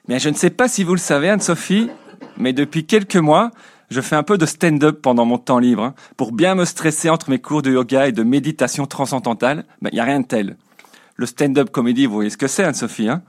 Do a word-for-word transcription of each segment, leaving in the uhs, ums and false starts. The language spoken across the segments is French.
Bien, je ne sais pas si vous le savez, Anne-Sophie, mais depuis quelques mois, je fais un peu de stand-up pendant mon temps libre, hein, pour bien me stresser entre mes cours de yoga et de méditation transcendantale. Ben, il n'y a rien de tel. Le stand-up comédie, vous voyez ce que c'est, Anne-Sophie, hein?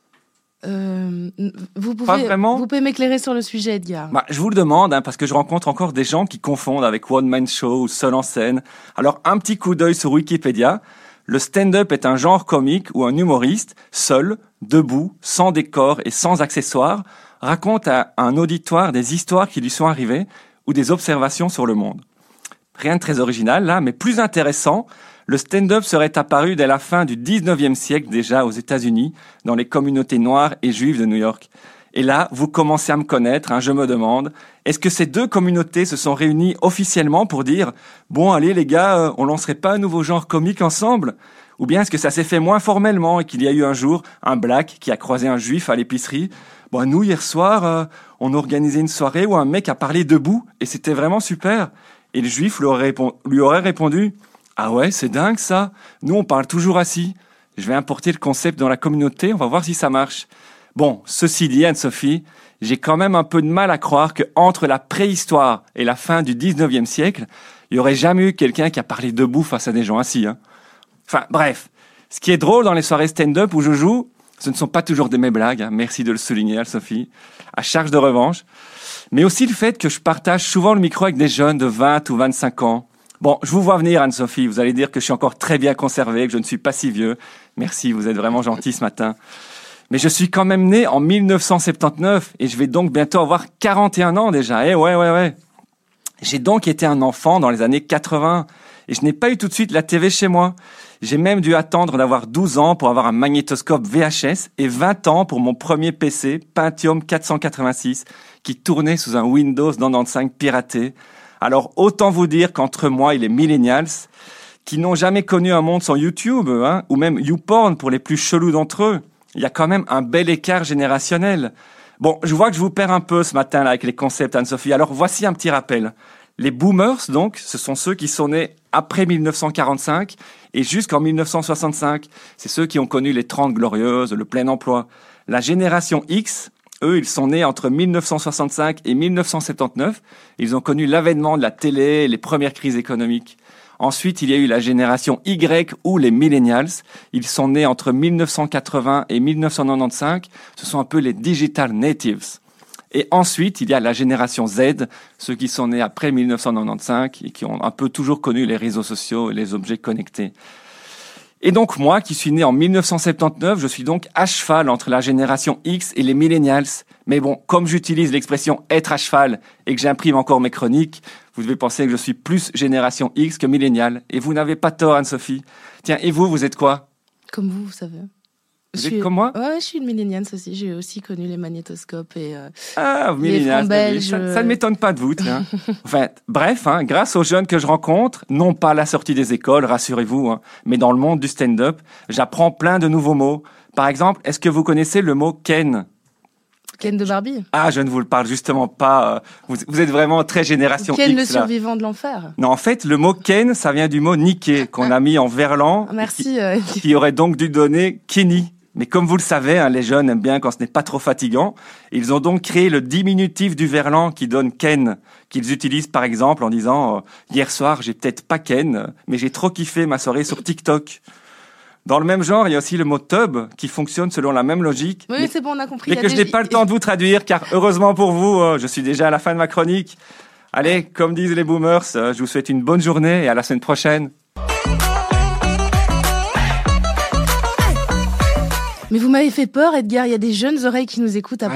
Euh, vous Pas pouvez, vraiment vous pouvez m'éclairer sur le sujet, Edgar. Bah, je vous le demande, hein, parce que je rencontre encore des gens qui confondent avec one-man show ou seul en scène. Alors, un petit coup d'œil sur Wikipédia. Le stand-up est un genre comique où un humoriste, seul, debout, sans décor et sans accessoires, raconte à un auditoire des histoires qui lui sont arrivées ou des observations sur le monde. Rien de très original là, mais plus intéressant, le stand-up serait apparu dès la fin du dix-neuvième siècle déjà aux États-Unis, dans les communautés noires et juives de New York. Et là, vous commencez à me connaître, hein, je me demande, est-ce que ces deux communautés se sont réunies officiellement pour dire « Bon, allez les gars, euh, on lancerait pas un nouveau genre comique ensemble ?» Ou bien est-ce que ça s'est fait moins formellement et qu'il y a eu un jour un black qui a croisé un juif à l'épicerie ? Bon, nous, hier soir, euh, on organisait une soirée où un mec a parlé debout et c'était vraiment super. Et le juif lui aurait, répond- lui aurait répondu « Ah ouais, c'est dingue ça. Nous, on parle toujours assis. Je vais importer le concept dans la communauté, on va voir si ça marche. » Bon, ceci dit, Anne-Sophie, j'ai quand même un peu de mal à croire qu'entre la préhistoire et la fin du dix-neuvième siècle, il n'y aurait jamais eu quelqu'un qui a parlé debout face à des gens assis. Hein. Enfin, bref. Ce qui est drôle dans les soirées stand-up où je joue, ce ne sont pas toujours de mes blagues. Hein. Merci de le souligner, Anne-Sophie. À charge de revanche. Mais aussi le fait que je partage souvent le micro avec des jeunes de vingt ou vingt-cinq ans. Bon, je vous vois venir, Anne-Sophie. Vous allez dire que je suis encore très bien conservé, que je ne suis pas si vieux. Merci, vous êtes vraiment gentil ce matin. Mais je suis quand même né en mille neuf cent soixante-dix-neuf et je vais donc bientôt avoir quarante et un ans déjà. Eh ouais, ouais, ouais. J'ai donc été un enfant dans les années quatre-vingts et je n'ai pas eu tout de suite la T V chez moi. J'ai même dû attendre d'avoir douze ans pour avoir un magnétoscope V H S et vingt ans pour mon premier P C Pentium quatre cent quatre-vingt-six qui tournait sous un Windows quatre-vingt-quinze piraté. Alors autant vous dire qu'entre moi et les millennials, qui n'ont jamais connu un monde sans YouTube, hein, ou même YouPorn pour les plus chelous d'entre eux, il y a quand même un bel écart générationnel. Bon, je vois que je vous perds un peu ce matin là avec les concepts, Anne-Sophie. Alors voici un petit rappel. Les boomers, donc, ce sont ceux qui sont nés après mille neuf cent quarante-cinq et jusqu'en mille neuf cent soixante-cinq. C'est ceux qui ont connu les trente glorieuses, le plein emploi. La génération X, eux, ils sont nés entre mille neuf cent soixante-cinq et mille neuf cent soixante-dix-neuf. Ils ont connu l'avènement de la télé et les premières crises économiques. Ensuite, il y a eu la génération Y ou les millennials. Ils sont nés entre mille neuf cent quatre-vingts et mille neuf cent quatre-vingt-quinze. Ce sont un peu les digital natives. Et ensuite, il y a la génération Z, ceux qui sont nés après mille neuf cent quatre-vingt-quinze et qui ont un peu toujours connu les réseaux sociaux et les objets connectés. Et donc moi, qui suis né en mille neuf cent soixante-dix-neuf, je suis donc à cheval entre la génération X et les millennials. Mais bon, comme j'utilise l'expression « être à cheval » et que j'imprime encore mes chroniques, vous devez penser que je suis plus génération X que millénial. Et vous n'avez pas tort, Anne-Sophie. Tiens, et vous, vous êtes quoi ? Comme vous, vous savez. Vous Je êtes suis... comme moi ? Ouais, je suis une milléniale aussi. J'ai aussi connu les magnétoscopes et euh, Ah, les millénial, francs belges. ça, ça ne m'étonne pas de vous, tiens. Enfin, bref, hein, grâce aux jeunes que je rencontre, non pas à la sortie des écoles, rassurez-vous, hein, mais dans le monde du stand-up, j'apprends plein de nouveaux mots. Par exemple, est-ce que vous connaissez le mot « Ken » ? Ken de Barbie. Ah, je ne vous le parle justement pas. euh, Vous, vous êtes vraiment très génération Ken X, le là. survivant de l'enfer. Non, en fait, le mot « Ken », ça vient du mot « niquer » qu'on a mis en verlan. Ah, merci. Qui, euh, qui aurait donc dû donner « Kenny ». Mais comme vous le savez, hein, les jeunes aiment bien quand ce n'est pas trop fatigant. Ils ont donc créé le diminutif du verlan qui donne « Ken », qu'ils utilisent par exemple en disant euh, « Hier soir, j'ai peut-être pas Ken, mais j'ai trop kiffé ma soirée sur TikTok ». Dans le même genre, il y a aussi le mot tub qui fonctionne selon la même logique. Oui, mais, c'est bon, on a compris. mais Il y a que je des- n'ai pas le temps de vous traduire car heureusement pour vous, euh, je suis déjà à la fin de ma chronique. Allez, comme disent les boomers, euh, je vous souhaite une bonne journée et à la semaine prochaine. Mais vous m'avez fait peur, Edgar. Il y a des jeunes oreilles qui nous écoutent.